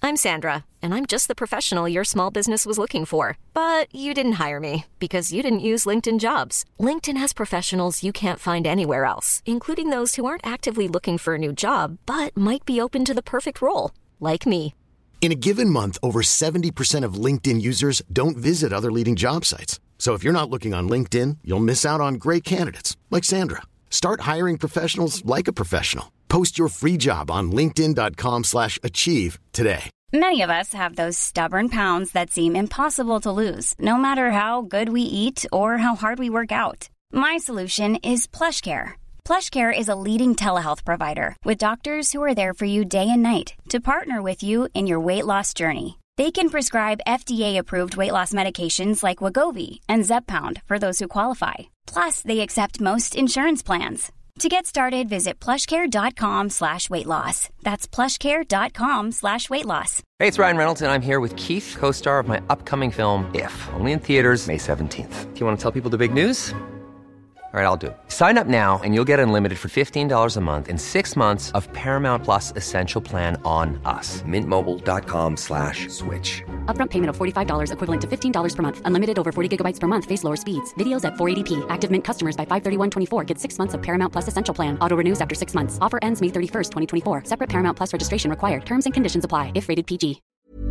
I'm Sandra, and I'm just the professional your small business was looking for. But you didn't hire me because you didn't use LinkedIn Jobs. LinkedIn has professionals you can't find anywhere else, including those who aren't actively looking for a new job, but might be open to the perfect role, like me. In a given month, over 70% of LinkedIn users don't visit other leading job sites. So if you're not looking on LinkedIn, you'll miss out on great candidates like Sandra. Start hiring professionals like a professional. Post your free job on linkedin.com/achieve today. Many of us have those stubborn pounds that seem impossible to lose, no matter how good we eat or how hard we work out. My solution is PlushCare. PlushCare is a leading telehealth provider with doctors who are there for you day and night to partner with you in your weight loss journey. They can prescribe FDA-approved weight loss medications like Wegovy and Zepbound for those who qualify. Plus, they accept most insurance plans. To get started, visit plushcare.com/weightloss. That's plushcare.com/weightloss. Hey, it's Ryan Reynolds, and I'm here with Keith, co-star of my upcoming film, If, only in theaters May 17th. Do you want to tell people the big news? All right, I'll do it. Sign up now and you'll get unlimited for $15 a month and 6 months of Paramount Plus Essential Plan on us. MintMobile.com/switch. Upfront payment of $45 equivalent to $15 per month. Unlimited over 40 gigabytes per month. Face lower speeds. Videos at 480p. Active Mint customers by 531.24 get 6 months of Paramount Plus Essential Plan. Auto renews after 6 months. Offer ends May 31st, 2024. Separate Paramount Plus registration required. Terms and conditions apply if rated PG.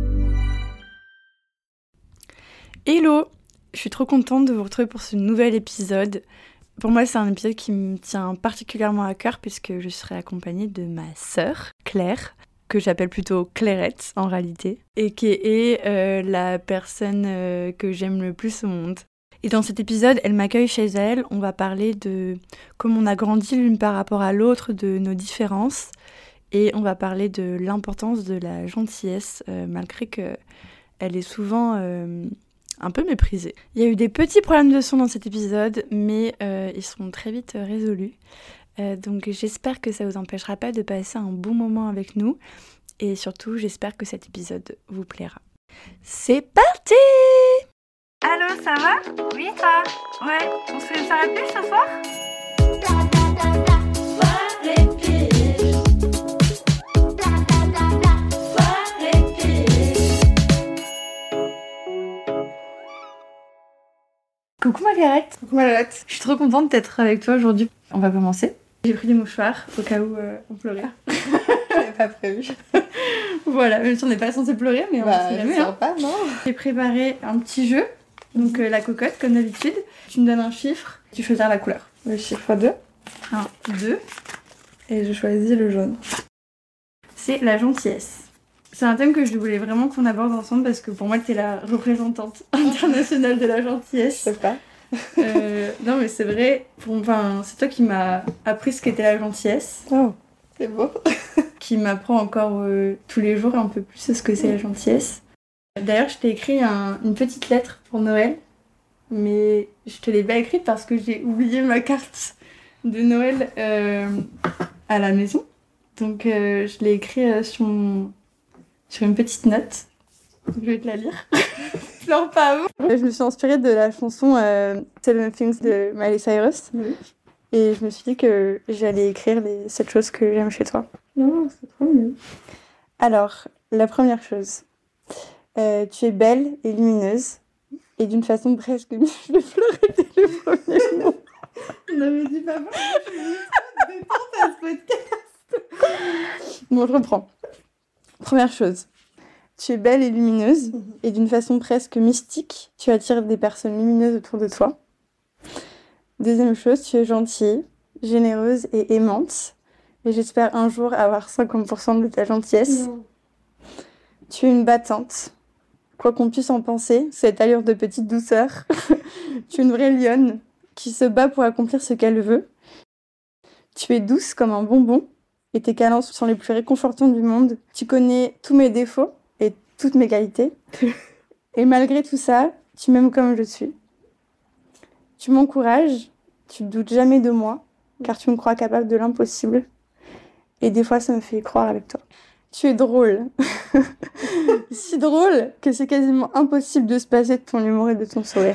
Hello, je suis trop contente de vous retrouver pour ce nouvel épisode. Pour moi, c'est un épisode qui me tient particulièrement à cœur puisque je serai accompagnée de ma sœur, Claire, que j'appelle plutôt Clairette en réalité, et qui est la personne que j'aime le plus au monde. Et dans cet épisode, elle m'accueille chez elle, on va parler de comment on a grandi l'une par rapport à l'autre, de nos différences, et on va parler de l'importance de la gentillesse, malgré qu'elle est souvent un peu méprisée. Il y a eu des petits problèmes de son dans cet épisode, mais ils seront très vite résolus. Donc j'espère que ça ne vous empêchera pas de passer un bon moment avec nous. Et surtout, j'espère que cet épisode vous plaira. C'est parti! Allô, ça va? Oui, toi? Ouais, on se fait une soirée pêche ce soir? Coucou Marguerite. Coucou Malette. Je suis trop contente d'être avec toi aujourd'hui. On va commencer. J'ai pris des mouchoirs au cas où on pleurait. J'avais pas prévu. Voilà, même si on n'est pas censé pleurer, mais on sait jamais. Sympa, non? J'ai préparé un petit jeu, donc la cocotte comme d'habitude. Tu me donnes un chiffre, tu choisis la couleur. Le chiffre 2. 1, 2. Et je choisis le jaune. C'est la gentillesse. C'est un thème que je voulais vraiment qu'on aborde ensemble parce que pour moi, t'es la représentante internationale de la gentillesse. Je sais pas. Non, mais c'est vrai. C'est toi qui m'as appris ce qu'était la gentillesse. Oh, c'est beau. Qui m'apprend encore tous les jours un peu plus ce que c'est la gentillesse. D'ailleurs, je t'ai écrit une petite lettre pour Noël, mais je te l'ai pas écrite parce que j'ai oublié ma carte de Noël à la maison. Donc, je l'ai écrit sur une petite note. Je vais te la lire. Pleure pas, vous. Je me suis inspirée de la chanson Seven Things de Miley Cyrus. Oui. Et je me suis dit que j'allais écrire 7 choses que j'aime chez toi. Non, c'est trop mignon. Alors, la première chose. Tu es belle et lumineuse. Et d'une façon presque... Je vais pleurer dès le premier mot. On avait dit papa, je suis détente à ce podcast. Bon, je reprends. Première chose. Tu es belle et lumineuse, et d'une façon presque mystique, tu attires des personnes lumineuses autour de toi. Deuxième chose, tu es gentille, généreuse et aimante, et j'espère un jour avoir 50% de ta gentillesse. Non. Tu es une battante. Quoi qu'on puisse en penser, cette allure de petite douceur. Tu es une vraie lionne qui se bat pour accomplir ce qu'elle veut. Tu es douce comme un bonbon, et tes câlins sont les plus réconfortants du monde. Tu connais tous mes défauts et toutes mes qualités. Et malgré tout ça, tu m'aimes comme je suis. Tu m'encourages, tu ne doutes jamais de moi, car tu me crois capable de l'impossible. Et des fois, ça me fait croire avec toi. Tu es drôle. Si drôle que c'est quasiment impossible de se passer de ton humour et de ton sourire.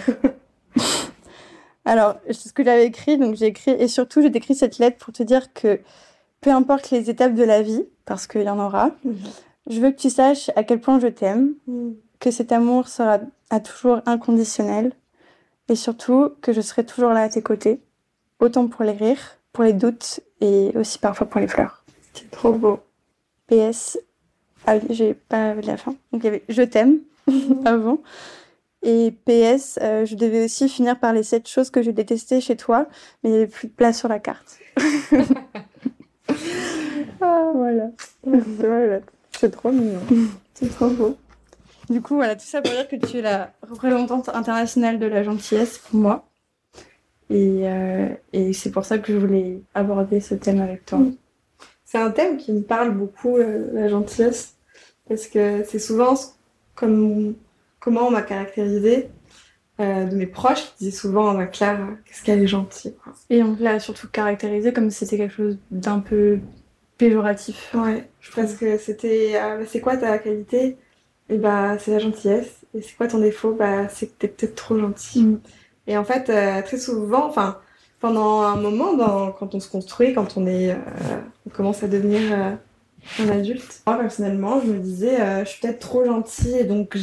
Alors, c'est ce que j'avais écrit, donc j'ai écrit, et surtout j'ai écrit cette lettre pour te dire que peu importe les étapes de la vie, parce qu'il y en aura, Je veux que tu saches à quel point je t'aime, que cet amour sera à toujours inconditionnel et surtout que je serai toujours là à tes côtés, autant pour les rires, pour les doutes et aussi parfois pour les fleurs. C'est trop beau. PS, ah oui, j'ai pas vu la fin. Donc il y avait je t'aime avant. Et PS, je devais aussi finir par les 7 choses que je détestais chez toi, mais il n'y avait plus de place sur la carte. Voilà. Voilà. C'est trop mignon. C'est trop beau. Du coup, voilà, tout ça pour dire que tu es la représentante internationale de la gentillesse pour moi. Et c'est pour ça que je voulais aborder ce thème avec toi. C'est un thème qui me parle beaucoup, la gentillesse, parce que c'est souvent comment on m'a caractérisée de mes proches qui disaient souvent « Claire, qu'est-ce qu'elle est gentille ». Et on l'a surtout caractérisée comme si c'était quelque chose d'un peu péjoratif. Ouais, parce que c'était c'est quoi ta qualité ? Et c'est la gentillesse. Et c'est quoi ton défaut ? C'est que t'es peut-être trop gentil. Et en fait, très souvent, pendant un moment, quand on se construit, quand on commence à devenir un adulte, moi personnellement, je me disais, je suis peut-être trop gentille,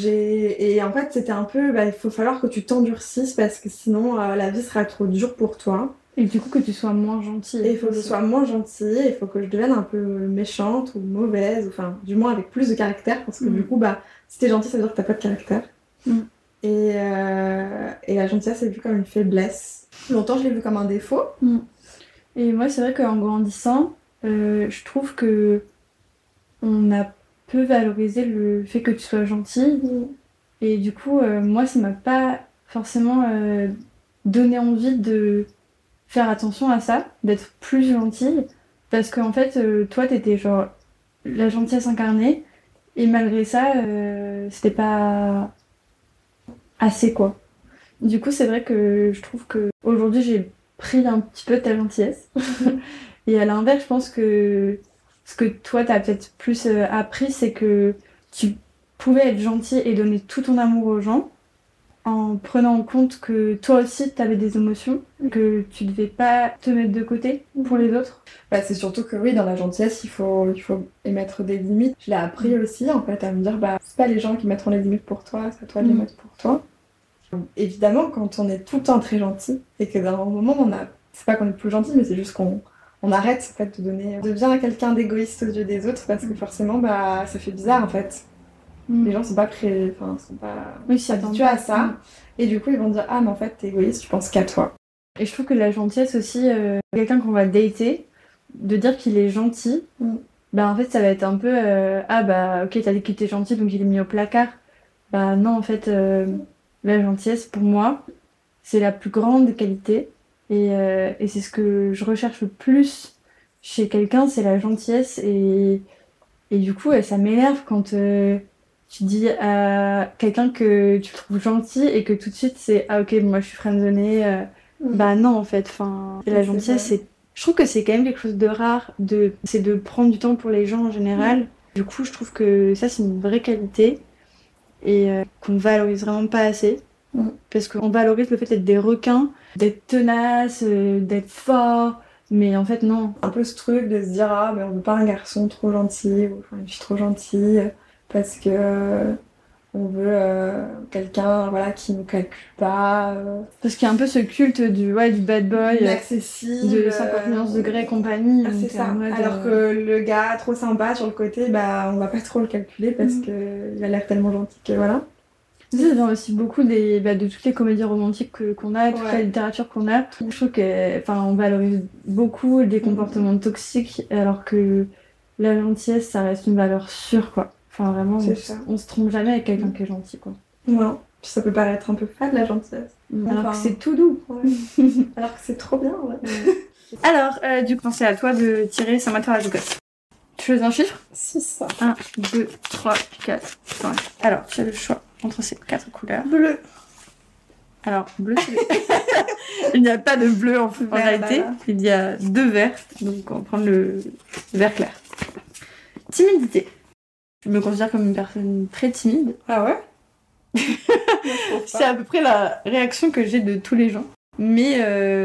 et en fait, c'était un peu, il faut falloir que tu t'endurcisses parce que sinon, la vie sera trop dure pour toi. Et du coup, que tu sois moins gentille. Et il faut que je sois moins gentille, il faut que je devienne un peu méchante ou mauvaise, enfin, du moins avec plus de caractère, parce que du coup, si t'es gentille, ça veut dire que t'as pas de caractère. Et la gentillesse est vue comme une faiblesse. Longtemps, je l'ai vue comme un défaut. Et moi, c'est vrai qu'en grandissant, je trouve que on a peu valorisé le fait que tu sois gentille. Et du coup, moi, ça m'a pas forcément donné envie de faire attention à ça, d'être plus gentille. Parce qu'en fait, toi, t'étais genre la gentillesse incarnée. Et malgré ça, c'était pas assez, quoi. Du coup, c'est vrai que je trouve qu'aujourd'hui, j'ai pris un petit peu de ta gentillesse. Et à l'inverse, je pense que ce que toi, t'as peut-être plus appris, c'est que tu pouvais être gentil et donner tout ton amour aux gens en prenant en compte que toi aussi, t'avais des émotions, que tu devais pas te mettre de côté pour les autres. C'est surtout que oui, dans la gentillesse, il faut émettre des limites. Je l'ai appris aussi, en fait, à me dire, c'est pas les gens qui mettront les limites pour toi, c'est à toi de les mettre pour toi. Évidemment, quand on est tout le temps très gentil, et que d'un moment, c'est pas qu'on est plus gentil, mais c'est juste qu'on arrête, en fait, de donner... On devient quelqu'un d'égoïste aux yeux des autres, parce que forcément, ça fait bizarre, en fait. Les gens sont pas habitués à ça. Et du coup, ils vont dire « Ah, mais en fait, t'es égoïste, tu penses qu'à toi. » Et je trouve que la gentillesse aussi, quelqu'un qu'on va dater, de dire qu'il est gentil, en fait, ça va être un peu ok, t'as dit qu'il était gentil, donc il est mis au placard. Non, en fait, la gentillesse, pour moi, c'est la plus grande qualité. Et c'est ce que je recherche le plus chez quelqu'un, c'est la gentillesse. Et du coup, ça m'énerve quand... tu dis à quelqu'un que tu trouves gentil et que tout de suite c'est ok, moi je suis friendzonée. Non, en fait, la gentillesse, je trouve que c'est quand même quelque chose de rare, c'est de prendre du temps pour les gens en général. Du coup, je trouve que ça, c'est une vraie qualité et qu'on valorise vraiment pas assez. Parce qu'on valorise le fait d'être des requins, d'être tenaces, d'être fort, mais en fait, non. Un peu ce truc de se dire mais on veut pas un garçon trop gentil ou une fille trop gentille. Parce que on veut quelqu'un qui nous calcule pas. Parce qu'il y a un peu ce culte du bad boy, inaccessible, de 50 nuances degrés et compagnie. C'est ça. Alors que le gars trop sympa sur le côté, on va pas trop le calculer parce qu'il a l'air tellement gentil que voilà. Ça vient aussi beaucoup de toutes les comédies romantiques qu'on a, toute la littérature qu'on a. Je trouve qu'on valorise beaucoup des comportements toxiques, alors que la gentillesse, ça reste une valeur sûre, quoi. Vraiment, on se trompe jamais avec quelqu'un qui est gentil, quoi. Non. Puis ça peut paraître un peu fade, la gentillesse. Alors que c'est tout doux. Alors que c'est trop bien, Alors, du coup, c'est à toi de tirer sa matière à la Jogosse. Tu choisis un chiffre ? 6. 1, 2, 3, 4, 5. Alors, tu as le choix entre ces 4 couleurs. Bleu. Alors, bleu, il n'y a pas de bleu en réalité. Il y a 2 verts. Donc, on va prendre le vert clair. Timidité. Je me considère comme une personne très timide. Ah ouais? C'est à peu près la réaction que j'ai de tous les gens. Mais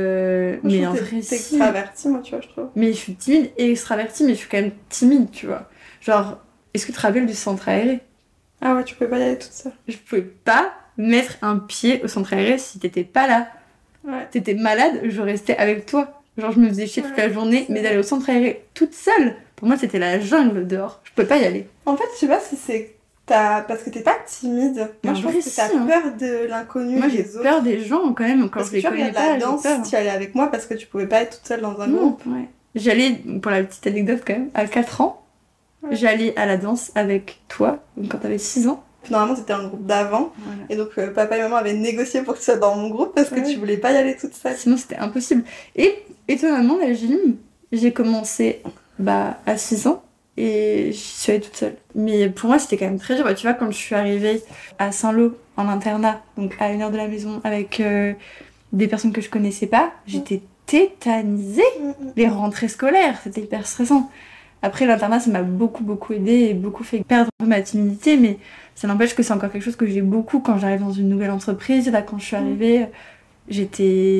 en vrai, t'es extravertie, moi, tu vois, je trouve. Mais je suis timide et extravertie, mais je suis quand même timide, tu vois. Genre, Est-ce que tu te rappelles du centre aéré? Ah ouais, tu pouvais pas y aller toute seule. Je pouvais pas mettre un pied au centre aéré si t'étais pas là. Ouais. T'étais malade, je restais avec toi. Genre, je me faisais chier toute la journée, mais d'aller au centre aéré toute seule, pour moi, c'était la jungle dehors. Je pouvais pas y aller. En fait, je sais pas si c'est parce que t'es pas timide. Moi, je pense que t'as peur de l'inconnu. Moi, j'ai peur des gens quand même, quand parce je les connais pas. La danse, tu allais avec moi parce que tu pouvais pas être toute seule dans un groupe. Ouais. J'allais, pour la petite anecdote quand même, à 4 ans, j'allais à la danse avec toi, donc quand t'avais 6 ans. Normalement, t'étais dans le groupe d'avant. Voilà. Et donc, papa et maman avaient négocié pour que tu sois dans mon groupe parce que tu voulais pas y aller toute seule. Sinon, c'était impossible. Et étonnamment, la gym, j'ai commencé à 6 ans et je suis allée toute seule. Mais pour moi, c'était quand même très dur. Tu vois, quand je suis arrivée à Saint-Lô, en internat, donc à 1 heure de la maison, avec des personnes que je connaissais pas, j'étais tétanisée. Les rentrées scolaires, c'était hyper stressant. Après, l'internat, ça m'a beaucoup aidée et beaucoup fait perdre ma timidité, mais ça n'empêche que c'est encore quelque chose que j'ai beaucoup quand j'arrive dans une nouvelle entreprise. Là, quand je suis arrivée, j'étais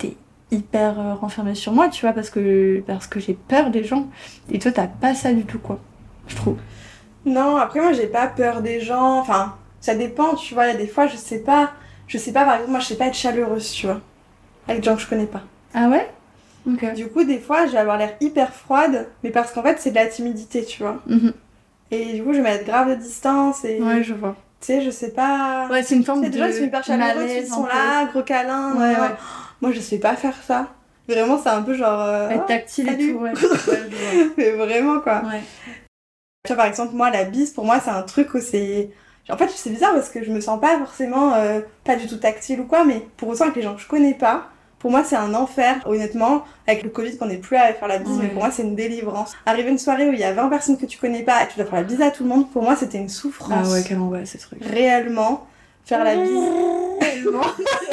hyper renfermée sur moi, tu vois, parce que j'ai peur des gens. Et toi, t'as pas ça du tout, quoi, je trouve. Non, après, moi, j'ai pas peur des gens. Enfin, ça dépend, tu vois. Il y a des fois, je sais pas, par exemple, moi, je sais pas être chaleureuse, tu vois, avec des gens que je connais pas. Ah ouais? Okay. Du coup, des fois, je vais avoir l'air hyper froide, mais parce qu'en fait, c'est de la timidité, tu vois. Et du coup, je vais mettre grave de distance et... Ouais, je vois. Tu sais, je sais pas... Ouais, c'est une forme de... des gens qui sont hyper chaleureux, qui sont là, gros câlins. Ouais. Moi, je sais pas faire ça. Vraiment, c'est un peu genre... être tactile et tout, ouais. Mais vraiment, quoi. Ouais. Tu vois, par exemple, moi, la bise, pour moi, c'est un truc où c'est... En fait, c'est bizarre parce que je me sens pas forcément pas du tout tactile ou quoi, mais pour autant, avec les gens que je connais pas, pour moi, c'est un enfer. Honnêtement, avec le Covid, qu'on n'est plus à faire la bise, mais pour moi, c'est une délivrance. Arriver une soirée où il y a 20 personnes que tu connais pas et tu dois faire la bise à tout le monde, pour moi, c'était une souffrance. Ah ouais, quelle angoisse, ce truc. Réellement, faire la bise... Réellement.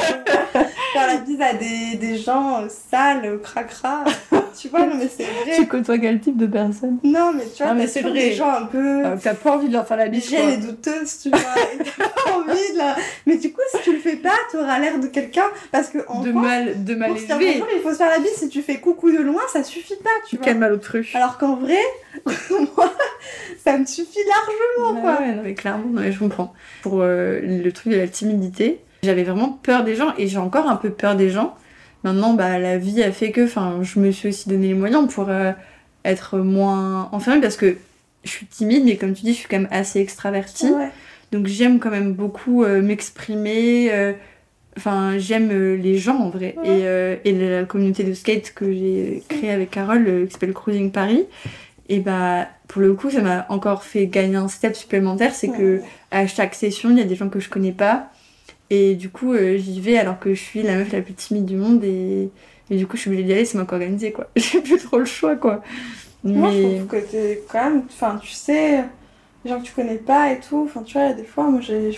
Faire la bise à des gens sales, cracra. Tu vois, non, mais c'est vrai. Tu côtoies quel type de personne? Non, mais tu vois, mais c'est vrai. Des gens un peu... t'as pas envie de leur faire la bise, quoi. J'ai les douteuses, tu vois. Et t'as pas envie de la... Mais du coup, si tu le fais pas, t'auras l'air de quelqu'un... Parce que en de France, mal pour certains élevé. gens, il faut se faire la bise. Si tu fais coucou de loin, ça suffit pas, tu vois. Quel malotru. Alors qu'en vrai, moi, ça me suffit largement, quoi. Ouais, non, mais clairement, non, mais je comprends. Pour le truc de la timidité, j'avais vraiment peur des gens, et j'ai encore un peu peur des gens. Maintenant, la vie a fait que, je me suis aussi donné les moyens pour être moins enfermée, parce que je suis timide, mais comme tu dis, je suis quand même assez extravertie. Ouais. Donc j'aime quand même beaucoup m'exprimer. J'aime les gens en vrai. Ouais. Et la communauté de skate que j'ai créée avec Carole, qui s'appelle Cruising Paris, et pour le coup, ça m'a encore fait gagner un step supplémentaire. C'est que à chaque session, il y a des gens que je connais pas. Et du coup, j'y vais alors que je suis la meuf la plus timide du monde. Et du coup, je suis obligée d'y aller, c'est moi qui organisé, quoi. J'ai plus trop le choix, quoi. Moi, je trouve que t'es quand même... tu sais, les gens que tu connais pas et tout. Tu vois, des fois, moi, j'ai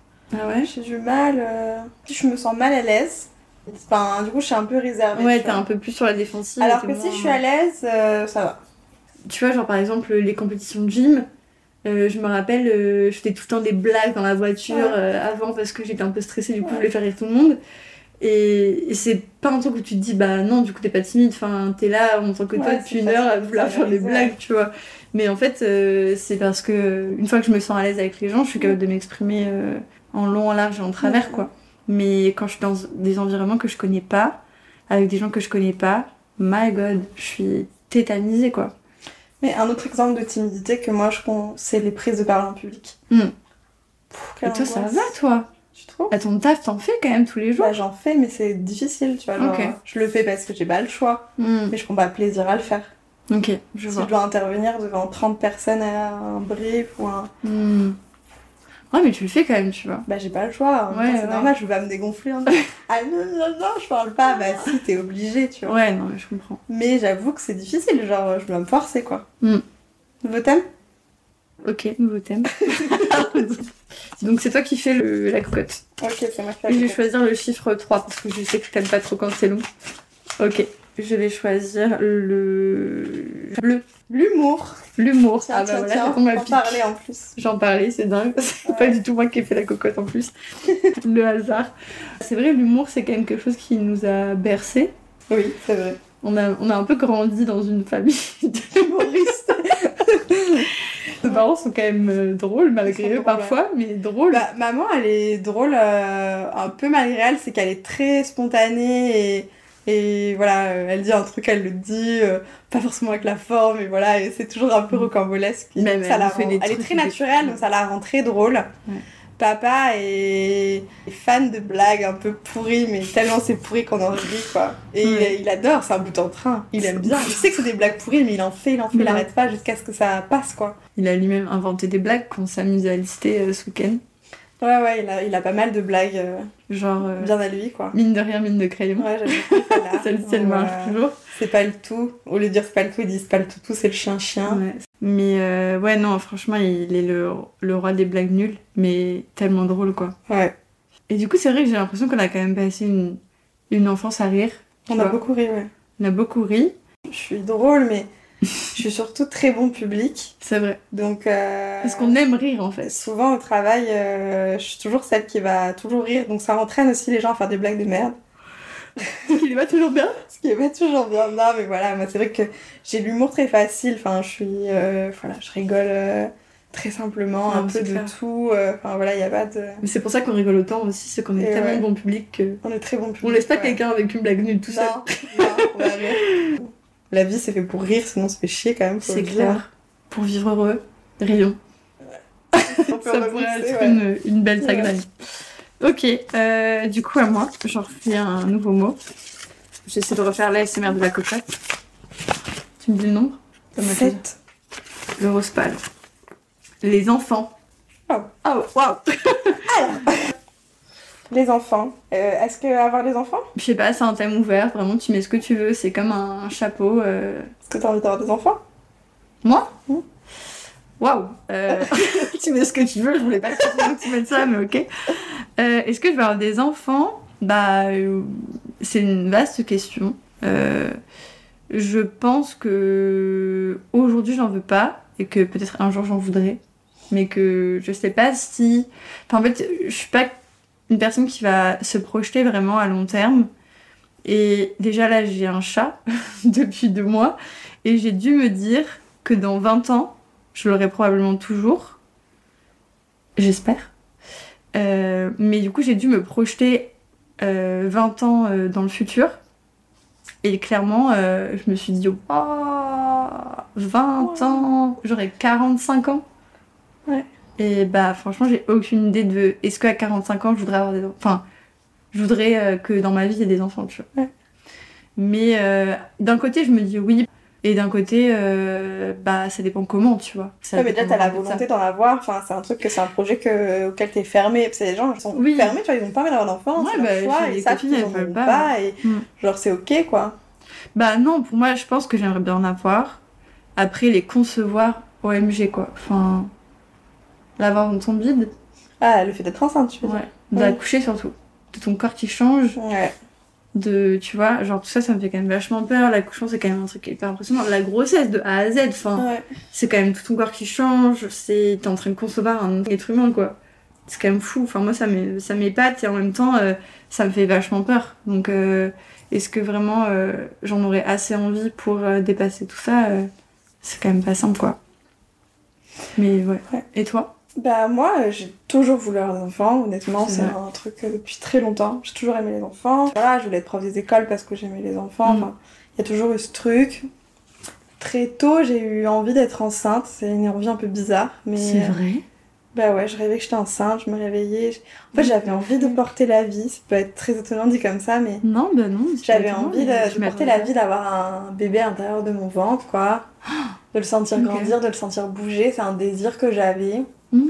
du mal... Je me sens mal à l'aise. Du coup, je suis un peu réservée. Ouais, t'es un peu plus sur la défensive. Alors que si je suis à l'aise, ça va. Tu vois, genre par exemple, les compétitions de gym... je me rappelle, je faisais tout le temps des blagues dans la voiture avant parce que j'étais un peu stressée, du coup je voulais faire rire tout le monde. Et c'est pas un truc où tu te dis non, du coup t'es pas timide, t'es là en tant que toi depuis 1 heure à vouloir faire des blagues, tu vois. Mais en fait, c'est parce que une fois que je me sens à l'aise avec les gens, je suis capable de m'exprimer en long, en large et en travers, quoi. Mais quand je suis dans des environnements que je connais pas, avec des gens que je connais pas, my god, je suis tétanisée, quoi. Mais un autre exemple de timidité que moi je connais, c'est les prises de parole en public. Et toi, ça va, toi? Tu trouves? À ton taf, t'en fais quand même tous les jours? J'en fais, mais c'est difficile, tu vois. Genre, je le fais parce que j'ai pas le choix, mais je prends pas plaisir à le faire. Ok, je vois. Si je dois intervenir devant 30 personnes à un brief ou un... Ouais, mais tu le fais quand même, tu vois. J'ai pas le choix. C'est normal, je vais pas me dégonfler. Ah non, je parle pas. Si, t'es obligée, tu vois. Ouais, non, mais je comprends. Mais j'avoue que c'est difficile, genre, je dois me forcer, quoi. Nouveau thème? Ok, nouveau thème. Donc c'est toi qui fais la cocotte. Ok, c'est moi qui fais la cocotte. Je vais choisir le chiffre 3, parce que je sais que t'aimes pas trop quand c'est long. Ok, je vais choisir le... bleu. L'humour. L'humour. Tiens, ça tombe à pic. J'en parlais en plus. J'en parlais, c'est dingue. C'est pas du tout moi qui ai fait la cocotte en plus. Le hasard. C'est vrai, l'humour, c'est quand même quelque chose qui nous a bercés. Oui, c'est vrai. On a un peu grandi dans une famille d'humoristes. Tes parents sont quand même drôles, malgré eux, parfois, mais drôles. Bah, maman, elle est drôle un peu malgré elle, c'est qu'elle est très spontanée et voilà, elle dit un truc, elle le dit, pas forcément avec la forme, et voilà, et c'est toujours un peu rocambolesque. Même ça elle elle est très naturelle, donc ça la rend très drôle. Ouais. Papa est fan de blagues un peu pourries, mais tellement c'est pourri qu'on en rit, quoi. Et il adore, c'est un bout en train. Il aime bien. Il sait que c'est des blagues pourries, mais il en fait, il arrête pas jusqu'à ce que ça passe, quoi. Il a lui-même inventé des blagues qu'on s'amuse à lister ce week-end. Ouais, il a pas mal de blagues, genre bien à lui, quoi. Mine de rien, mine de crayon. Ouais, j'aime beaucoup celle-là. Celle-ci, elle marche toujours. C'est pas le tout. Au lieu de dire c'est pas le tout, ils disent c'est pas le tout, c'est le chien. Ouais. Mais ouais, non, franchement, il est le roi des blagues nulles, mais tellement drôle, quoi. Ouais. Et du coup, c'est vrai que j'ai l'impression qu'on a quand même passé une enfance à rire. On a beaucoup ri, ouais. On a beaucoup ri. Je suis drôle, mais je suis surtout très bon public. C'est vrai. Donc, parce qu'on aime rire, en fait. Souvent, au travail, je suis toujours celle qui va toujours rire. Donc, ça entraîne aussi les gens à faire des blagues de merde. Ce qui n'est pas toujours bien. Ce qui n'est pas toujours bien. Non, mais voilà, moi, c'est vrai que j'ai l'humour très facile. Enfin, je suis... voilà, je rigole très simplement, un peu de tout. Enfin, voilà, il n'y a pas de... Mais c'est pour ça qu'on rigole autant aussi, c'est qu'on est tellement bon public que... On est très bon public. On laisse pas quelqu'un avec une blague nulle tout seul. Non, on va rire. La vie, c'est fait pour rire, sinon ça fait chier quand même. C'est clair. Pour vivre heureux, rions. Ça pourrait être une belle tagline. Ok, du coup à moi, j'en refais un nouveau mot. J'essaie de refaire l'ASMR de la cocotte. Tu me dis le nombre? 7. Le rose pâle. Les enfants. Oh, waouh. Les enfants. Est-ce que avoir des enfants? Je sais pas, c'est un thème ouvert, vraiment tu mets ce que tu veux, c'est comme un chapeau. Est-ce que t'as envie d'avoir des enfants? Moi? Waouh. Tu mets ce que tu veux, je voulais pas que tu mettes ça, mais ok. Est-ce que je vais avoir des enfants? Bah, c'est une vaste question. Je pense que aujourd'hui j'en veux pas, et que peut-être un jour j'en voudrais, mais que je sais pas si... Enfin, en fait, je suis pas une personne qui va se projeter vraiment à long terme. Et déjà là, j'ai un chat depuis 2 mois, et j'ai dû me dire que dans 20 ans, je l'aurai probablement toujours. J'espère. Mais du coup, j'ai dû me projeter 20 ans dans le futur. Et clairement, je me suis dit, oh, 20 ans, j'aurai 45 ans. Ouais. Et bah, franchement, j'ai aucune idée de est-ce qu'à 45 ans, je voudrais avoir des enfants. Enfin, je voudrais que dans ma vie, il y ait des enfants, tu vois. Ouais. Mais d'un côté, je me dis oui. Et d'un côté, bah, ça dépend comment, tu vois. Ouais, mais déjà, t'as la volonté d'en avoir. Enfin, c'est un projet auquel t'es fermé. Parce que les gens, ils sont fermés, tu vois, ils ont pas envie d'avoir d'enfants. Ouais, c'est leur choix, les ils savent copines, qu'ils elles en veulent ont pas. Et genre, c'est ok, quoi. Bah non, pour moi, je pense que j'aimerais bien en avoir. Après, les concevoir, OMG, quoi. Enfin, l'avoir dans ton bide. Ah, le fait d'être enceinte, tu veux dire. D'accoucher, surtout. De ton corps qui change. Ouais. Tu vois, genre tout ça, ça me fait quand même vachement peur. L'accouchement, c'est quand même un truc hyper impressionnant. La grossesse de A à Z, enfin, c'est quand même tout ton corps qui change. T'es en train de concevoir un être humain, quoi. C'est quand même fou. Enfin, moi, ça m'épate et en même temps, ça me fait vachement peur. Donc, est-ce que vraiment j'en aurais assez envie pour dépasser tout ça? C'est quand même pas simple, quoi. Mais ouais. Et toi? Bah moi, j'ai toujours voulu avoir des enfants, honnêtement, c'est un truc depuis très longtemps. J'ai toujours aimé les enfants. Voilà, je voulais être prof des écoles parce que j'aimais les enfants. Enfin, il y a toujours eu ce truc. Très tôt, j'ai eu envie d'être enceinte. C'est une envie un peu bizarre, mais... C'est vrai? Bah ouais, je rêvais que j'étais enceinte, je me réveillais. En fait, j'avais envie de porter la vie. Ça peut être très étonnant dit comme ça, mais... Non, bah non. J'avais envie de porter la vie, d'avoir un bébé à l'intérieur de mon ventre, quoi. De le sentir grandir, de le sentir bouger. C'est un désir que j'avais.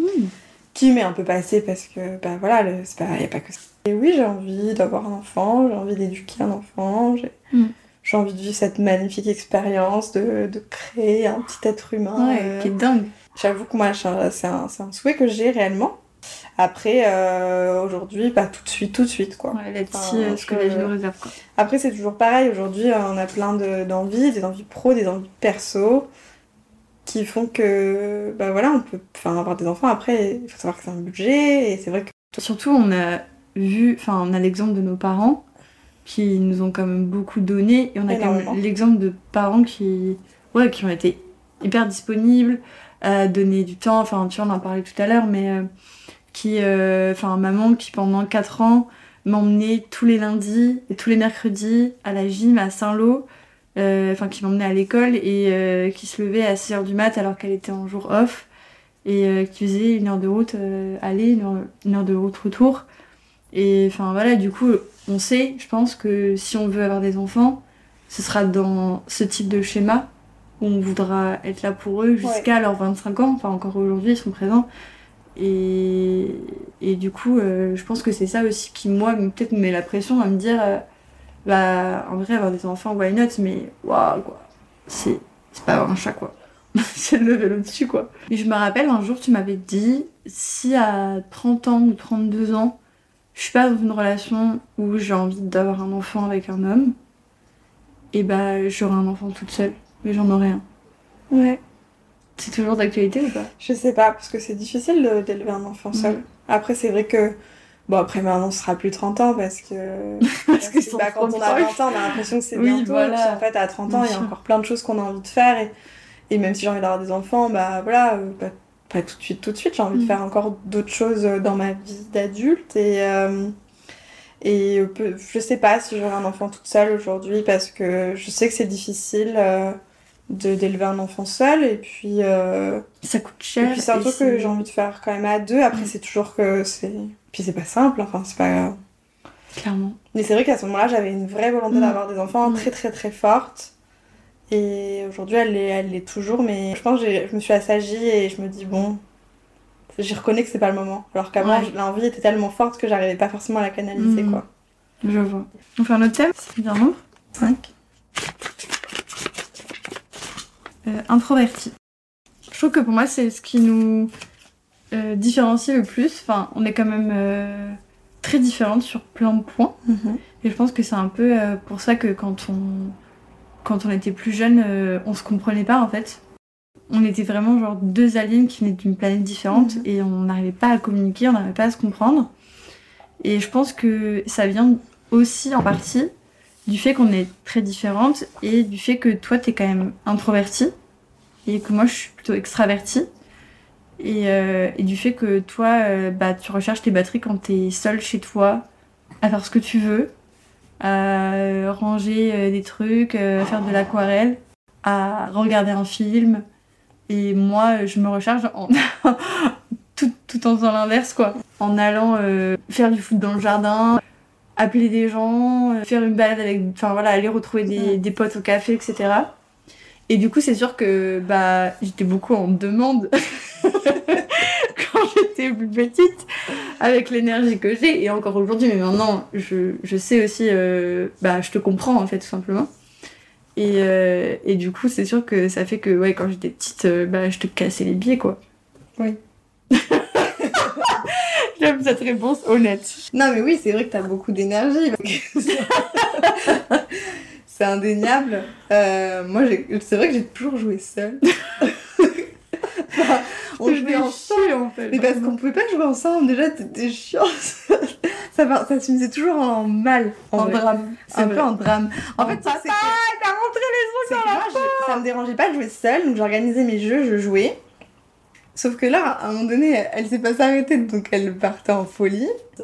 Qui m'est un peu passé parce que, bah voilà, y a pas que ça. Et oui, j'ai envie d'avoir un enfant, j'ai envie d'éduquer un enfant, j'ai envie de vivre cette magnifique expérience de créer un petit être humain. Qui est dingue. J'avoue que moi, c'est un souhait que j'ai réellement. Après, aujourd'hui, pas tout de suite, quoi. Ouais, là-dessus, ce que la vie nous réserve, quoi. Après, c'est toujours pareil. Aujourd'hui, on a plein d'envies, des envies pro, des envies perso, qui font que, bah voilà, on peut avoir des enfants. Après, il faut savoir que c'est un budget, et c'est vrai que... Surtout, on a l'exemple de nos parents, qui nous ont quand même beaucoup donné, et on a quand même l'exemple de parents qui ont été hyper disponibles, à donner du temps, enfin tu vois, on en parlait tout à l'heure, mais maman qui pendant 4 ans m'emmenait tous les lundis et tous les mercredis à la gym à Saint-Lô, qui m'emmenait à l'école et qui se levait à 6h du mat alors qu'elle était en jour off et qui faisait 1 heure de route aller, 1 heure de route retour. Et enfin voilà, du coup, on sait, je pense que si on veut avoir des enfants, ce sera dans ce type de schéma où on voudra être là pour eux jusqu'à leurs 25 ans, enfin encore aujourd'hui ils sont présents. Et du coup, je pense que c'est ça aussi qui, moi, peut-être me met la pression à me dire en vrai, avoir des enfants, why not, mais waouh, quoi. C'est pas avoir un chat, quoi. C'est le level au-dessus, quoi. Et je me rappelle, un jour, tu m'avais dit, si à 30 ans ou 32 ans, je suis pas dans une relation où j'ai envie d'avoir un enfant avec un homme, et j'aurai un enfant toute seule, mais j'en aurai un. Ouais. C'est toujours d'actualité ou pas? Je sais pas, parce que c'est difficile d'élever un enfant seul. Après, c'est vrai que... Bon, après, maintenant, ce sera plus 30 ans, parce que quand on a 20 ans, on a l'impression que c'est bientôt. Voilà. Et puis, en fait, à 30 ans, il y a encore plein de choses qu'on a envie de faire. Et même si j'ai envie d'avoir des enfants, pas tout de suite. J'ai envie de faire encore d'autres choses dans ma vie d'adulte. Et je sais pas si j'aurai un enfant toute seule aujourd'hui, parce que je sais que c'est difficile... d'élever un enfant seul, et puis ça coûte cher, et puis c'est un truc que j'ai envie de faire quand même à 2. Après c'est toujours que puis c'est pas simple, enfin c'est pas clairement, mais c'est vrai qu'à ce moment-là j'avais une vraie volonté d'avoir des enfants très très très forte, et aujourd'hui elle l'est toujours, mais je pense que je me suis assagie et je me dis bon, j'y reconnais que c'est pas le moment, alors qu'avant l'envie était tellement forte que j'arrivais pas forcément à la canaliser quoi. Je vois. On fait un autre thème, c'est bien nombre 5. Introverti. Je trouve que pour moi c'est ce qui nous différencie le plus. Enfin, on est quand même très différentes sur plein de points. Et je pense que c'est un peu pour ça que quand on était plus jeunes, on se comprenait pas en fait. On était vraiment genre 2 aliens qui venaient d'une planète différente et on n'arrivait pas à communiquer, on n'arrivait pas à se comprendre. Et je pense que ça vient aussi en partie du fait qu'on est très différentes et du fait que toi t'es quand même introvertie et que moi je suis plutôt extravertie, et du fait que toi tu recharges tes batteries quand t'es seule chez toi à faire ce que tu veux, à ranger des trucs, à faire de l'aquarelle, à regarder un film, et moi je me recharge tout en faisant l'inverse quoi, en allant faire du foot dans le jardin, appeler des gens, faire une balade aller retrouver des potes au café, etc. Et du coup, c'est sûr que j'étais beaucoup en demande quand j'étais plus petite, avec l'énergie que j'ai, et encore aujourd'hui, mais maintenant, je sais aussi, je te comprends en fait, tout simplement. Et du coup, c'est sûr que ça fait que, quand j'étais petite, je te cassais les pieds, quoi. Oui. J'aime cette réponse honnête. Non mais oui, c'est vrai que t'as beaucoup d'énergie. C'est indéniable. Moi, c'est vrai que j'ai toujours joué seule. On jouait ensemble en fait. Mais parce qu'on pouvait pas jouer ensemble. Déjà, t'étais chiant. Ça se finissait toujours en mal. En drame. C'est un peu en drame. En fait, ça, c'est que... t'as rentré les trucs dans la porte. Ça me dérangeait pas de jouer seule, donc j'organisais mes jeux, je jouais. Sauf que là, à un moment donné, elle s'est pas s'arrêter, donc elle partait en folie.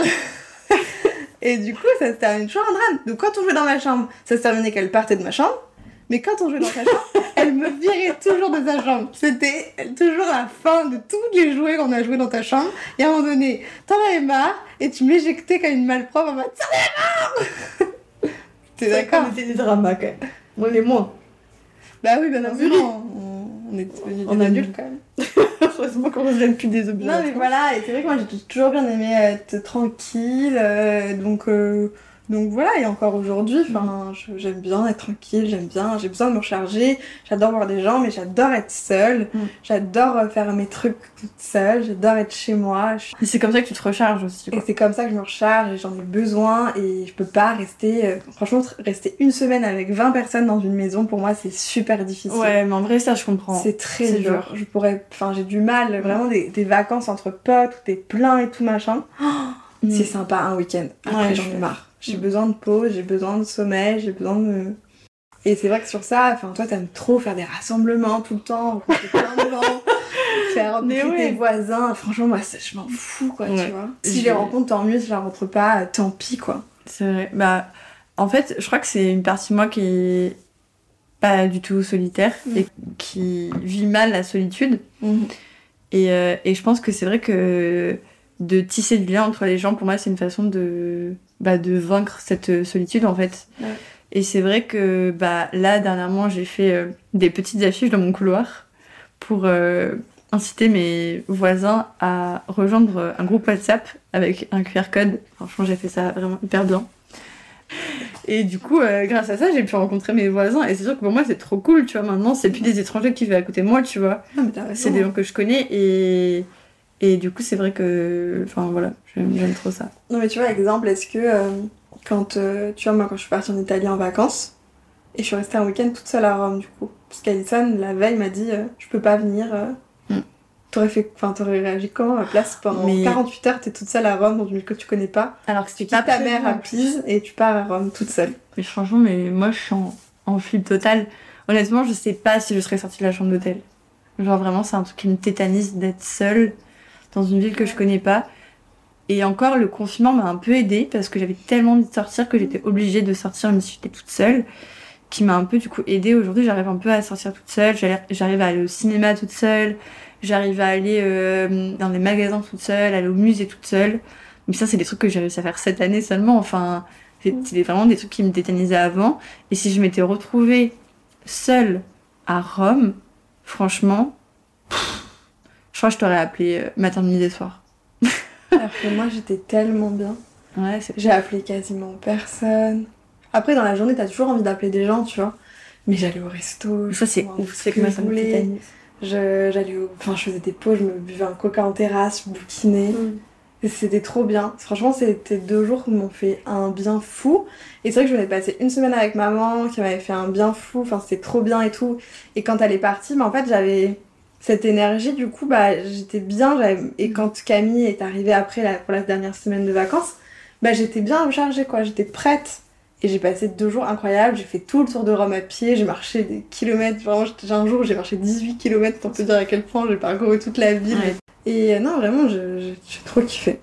Et du coup, ça se termine toujours en drame. Donc quand on jouait dans ma chambre, ça se terminait qu'elle partait de ma chambre. Mais quand on jouait dans sa chambre, elle me virait toujours de sa chambre. C'était toujours la fin de tous les jouets qu'on a joués dans ta chambre. Et à un moment donné, t'en avais marre et tu m'éjectais comme une malpropre en mode « T'en avais marre !» T'es d'accord? On était des dramas quand même. On est moins. Bah oui, bien évidemment. On est devenus des adultes quand même. Heureusement qu'on ne plus des objets. Non mais voilà, et c'est vrai que moi j'ai toujours bien aimé être tranquille, donc voilà, et encore aujourd'hui, j'aime bien être tranquille, j'ai besoin de me recharger, j'adore voir des gens, mais j'adore être seule, j'adore faire mes trucs toute seule, j'adore être chez moi. Et c'est comme ça que tu te recharges aussi, quoi. Et c'est comme ça que je me recharge, et j'en ai besoin, et je peux pas rester, franchement, rester une semaine avec 20 personnes dans une maison, pour moi c'est super difficile. Ouais, mais en vrai ça je comprends. C'est très dur. J'ai du mal, vraiment des vacances entre potes, où t'es plein et tout machin. C'est sympa un week-end, après j'en ai marre. J'ai besoin de pause, j'ai besoin de sommeil, j'ai besoin de... Et c'est vrai que sur ça, toi t'aimes trop faire des rassemblements tout le temps, rencontrer plein de gens. faire Mais rencontrer ouais. tes voisins. Franchement, moi, je m'en fous, quoi, Ouais. tu vois. Si je les rencontre, tant mieux. Si je les rencontre pas, tant pis, quoi. C'est vrai. Bah, en fait, je crois que c'est une partie de moi qui est pas du tout solitaire et qui vit mal la solitude. Et je pense que c'est vrai que de tisser du lien entre les gens, pour moi, c'est une façon de vaincre cette solitude, en fait. Ouais. Et c'est vrai que là, dernièrement, j'ai fait des petites affiches dans mon couloir pour inciter mes voisins à rejoindre un groupe WhatsApp avec un QR code. Franchement, j'ai fait ça vraiment hyper bien. Et du coup, grâce à ça, j'ai pu rencontrer mes voisins. Et c'est sûr que pour moi, c'est trop cool, tu vois. Maintenant, c'est plus des étrangers qui vivent à côté de moi, tu vois. Non, mais t'as raison. C'est des gens que je connais. Et du coup, c'est vrai que... Enfin, voilà, j'aime trop ça. Non, mais tu vois, exemple, est-ce que quand... tu vois, moi, quand je suis partie en Italie en vacances, et je suis restée un week-end toute seule à Rome, du coup. Parce qu'Alison, la veille, m'a dit je peux pas venir. T'aurais réagi comment à ma place pendant 48 heures, t'es toute seule à Rome dans une ville que tu connais pas. Alors que c'était pas pas ta mère à Pise et tu pars à Rome toute seule. Mais franchement, moi, je suis en flip total. Honnêtement, je sais pas si je serais sortie de la chambre d'hôtel. Genre, vraiment, c'est un truc qui me tétanise d'être seule dans une ville que je connais pas. Et encore, le confinement m'a un peu aidée parce que j'avais tellement envie de sortir que j'étais obligée de sortir même si j'étais toute seule, qui m'a un peu du coup aidée. Aujourd'hui, j'arrive un peu à sortir toute seule, j'arrive à aller au cinéma toute seule, j'arrive à aller dans les magasins toute seule, aller au musée toute seule. Mais ça, c'est des trucs que j'ai réussi à faire cette année seulement. Enfin, c'était vraiment des trucs qui me tétanisaient avant. Et si je m'étais retrouvée seule à Rome, franchement, je crois que je t'aurais appelé matin, midi et soir. Alors que moi, j'étais tellement bien. Ouais, j'ai appelé quasiment personne. Après, dans la journée, t'as toujours envie d'appeler des gens, tu vois. Mais j'allais au resto. Ça, c'est ouf. C'est que moi, ça me tétanise. Je faisais des pauses, je me buvais un coca en terrasse, je bouquinais. Et c'était trop bien. Franchement, c'était 2 jours qui m'ont fait un bien fou. Et c'est vrai que je venais de passer une semaine avec maman, qui m'avait fait un bien fou. Enfin, c'était trop bien et tout. Et quand elle est partie, en fait, j'avais cette énergie, du coup, j'étais bien. Et quand Camille est arrivée après, pour la dernière semaine de vacances, j'étais bien rechargée, quoi. J'étais prête. Et j'ai passé 2 jours incroyables, j'ai fait tout le tour de Rome à pied, j'ai marché des kilomètres, vraiment, j'ai un jour où j'ai marché 18 kilomètres pour te dire à quel point j'ai parcouru toute la ville. Ouais. Et non, vraiment, j'ai trop kiffé.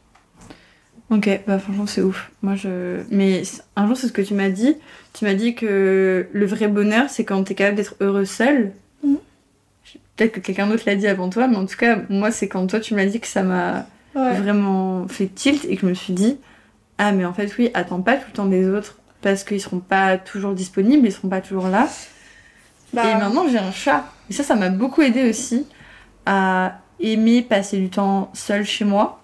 Ok, franchement, c'est ouf. Mais un jour, c'est ce que tu m'as dit. Tu m'as dit que le vrai bonheur, c'est quand t'es capable d'être heureux seul. Peut-être que quelqu'un d'autre l'a dit avant toi, mais en tout cas, moi, c'est quand toi, tu m'as dit que ça m'a vraiment fait tilt et que je me suis dit... Ah, mais en fait, oui, attends pas tout le temps des autres parce qu'ils seront pas toujours disponibles, ils seront pas toujours là. Et maintenant, j'ai un chat. Et ça m'a beaucoup aidée aussi à aimer passer du temps seule chez moi.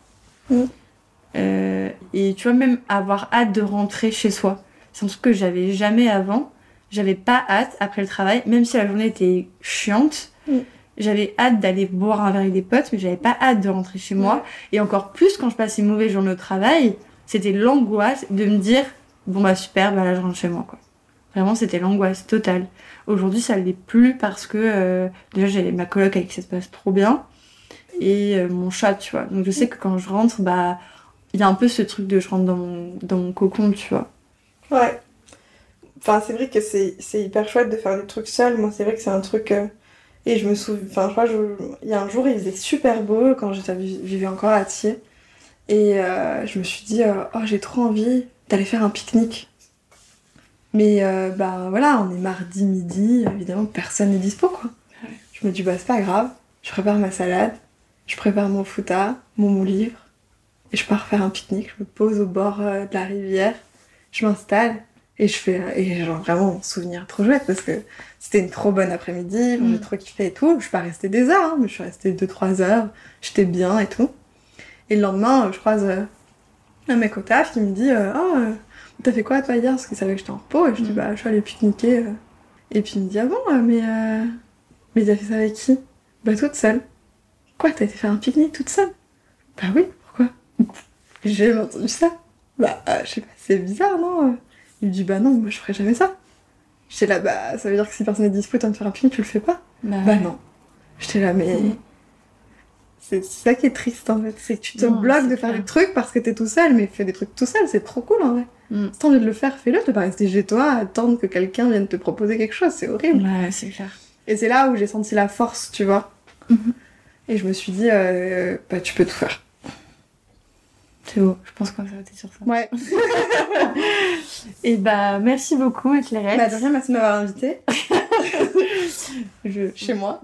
Et tu vois, même avoir hâte de rentrer chez soi. C'est un truc que j'avais jamais avant. J'avais pas hâte après le travail, même si la journée était chiante. J'avais hâte d'aller boire un verre avec des potes, mais j'avais pas hâte de rentrer chez moi. Et encore plus quand je passais une mauvaise journée au travail. C'était l'angoisse de me dire bon super, là je rentre chez moi, quoi. Vraiment, c'était l'angoisse totale. Aujourd'hui, ça l'est plus parce que déjà j'ai ma coloc avec qui ça se passe trop bien et mon chat, tu vois. Donc je sais que quand je rentre, il y a un peu ce truc de je rentre dans mon cocon, tu vois. Ouais. Enfin, c'est vrai que c'est hyper chouette de faire des trucs seuls. Moi, c'est vrai que c'est un truc... Et je me souviens... Enfin, je crois il y a un jour, il faisait super beau quand je vivais encore à Thiers. Et je me suis dit, j'ai trop envie d'aller faire un pique-nique. Mais voilà, on est mardi midi, évidemment, personne n'est dispo, quoi. Ouais. Je me dis, c'est pas grave, je prépare ma salade, je prépare mon fouta, mon livre, et je pars faire un pique-nique, je me pose au bord de la rivière, je m'installe, et je fais... Et genre, vraiment, un souvenir trop chouette, parce que c'était une trop bonne après-midi, j'ai trop kiffé et tout. Je suis pas restée des heures, mais je suis restée 2-3 heures, j'étais bien et tout. Et le lendemain, je croise un mec au taf qui me dit t'as fait quoi toi hier? Parce qu'il savait que j'étais en repos. Et je dis je suis allée pique-niquer. Et puis il me dit mais t'as fait ça avec qui? Toute seule. Quoi, t'as été faire un pique-nique toute seule? Oui, pourquoi? J'ai jamais entendu ça. Je sais pas, c'est bizarre, non? Il me dit non, moi je ferais jamais ça. J'étais là, ça veut dire que si personne n'est dispo, t'as envie de faire un pique-nique, tu le fais pas? Non. J'étais là, mais... C'est ça qui est triste en fait, c'est que tu te bloques de faire des trucs parce que t'es tout seul, mais fais des trucs tout seul, c'est trop cool en vrai. Si t'as envie de le faire, fais-le, t'as pas rester chez toi, attendre que quelqu'un vienne te proposer quelque chose, c'est horrible. Ouais, c'est clair. Et c'est là où j'ai senti la force, tu vois. Et je me suis dit, tu peux tout faire. C'est beau, je pense qu'on va s'arrêter sur ça. Ouais. Et merci beaucoup, Clairette. De rien, merci de m'avoir invitée. Chez moi.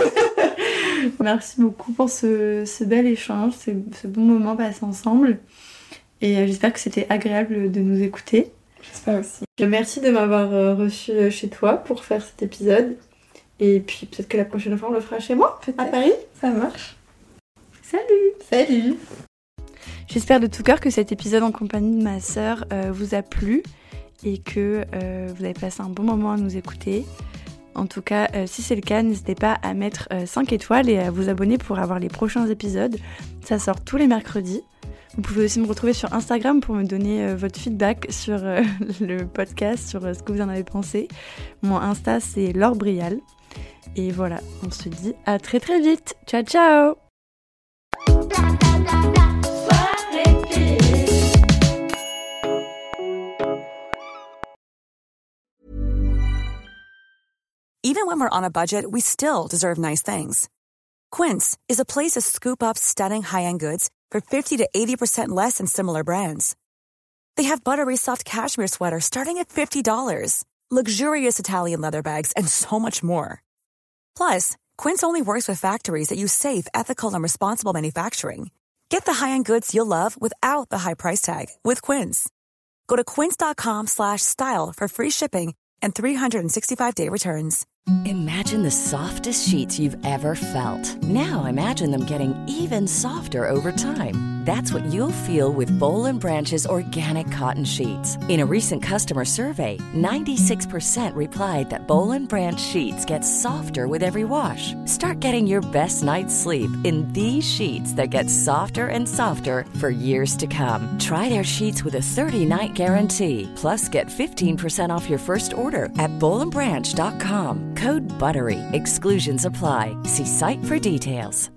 Merci beaucoup pour ce bel échange, ce bon moment passé ensemble. Et j'espère que c'était agréable de nous écouter. J'espère aussi. Merci de m'avoir reçue chez toi pour faire cet épisode. Et puis peut-être que la prochaine fois on le fera chez moi, peut-être. À Paris. Ça marche. Salut. J'espère de tout cœur que cet épisode en compagnie de ma sœur vous a plu et que vous avez passé un bon moment à nous écouter. En tout cas, si c'est le cas, n'hésitez pas à mettre 5 étoiles et à vous abonner pour avoir les prochains épisodes. Ça sort tous les mercredis. Vous pouvez aussi me retrouver sur Instagram pour me donner votre feedback sur le podcast, sur ce que vous en avez pensé. Mon Insta, c'est Laure Brial. Et voilà, on se dit à très très vite. Ciao, ciao! Even when we're on a budget, we still deserve nice things. Quince is a place to scoop up stunning high-end goods for 50 to 80% less than similar brands. They have buttery soft cashmere sweaters starting at $50, luxurious Italian leather bags, and so much more. Plus, Quince only works with factories that use safe, ethical, and responsible manufacturing. Get the high-end goods you'll love without the high price tag with Quince. Go to quince.com/style for free shipping and 365-day returns. Imagine the softest sheets you've ever felt. Now imagine them getting even softer over time. That's what you'll feel with Boll & Branch's organic cotton sheets. In a recent customer survey, 96% replied that Boll & Branch sheets get softer with every wash. Start getting your best night's sleep in these sheets that get softer and softer for years to come. Try their sheets with a 30-night guarantee. Plus, get 15% off your first order at bollandbranch.com. Code BUTTERY. Exclusions apply. See site for details.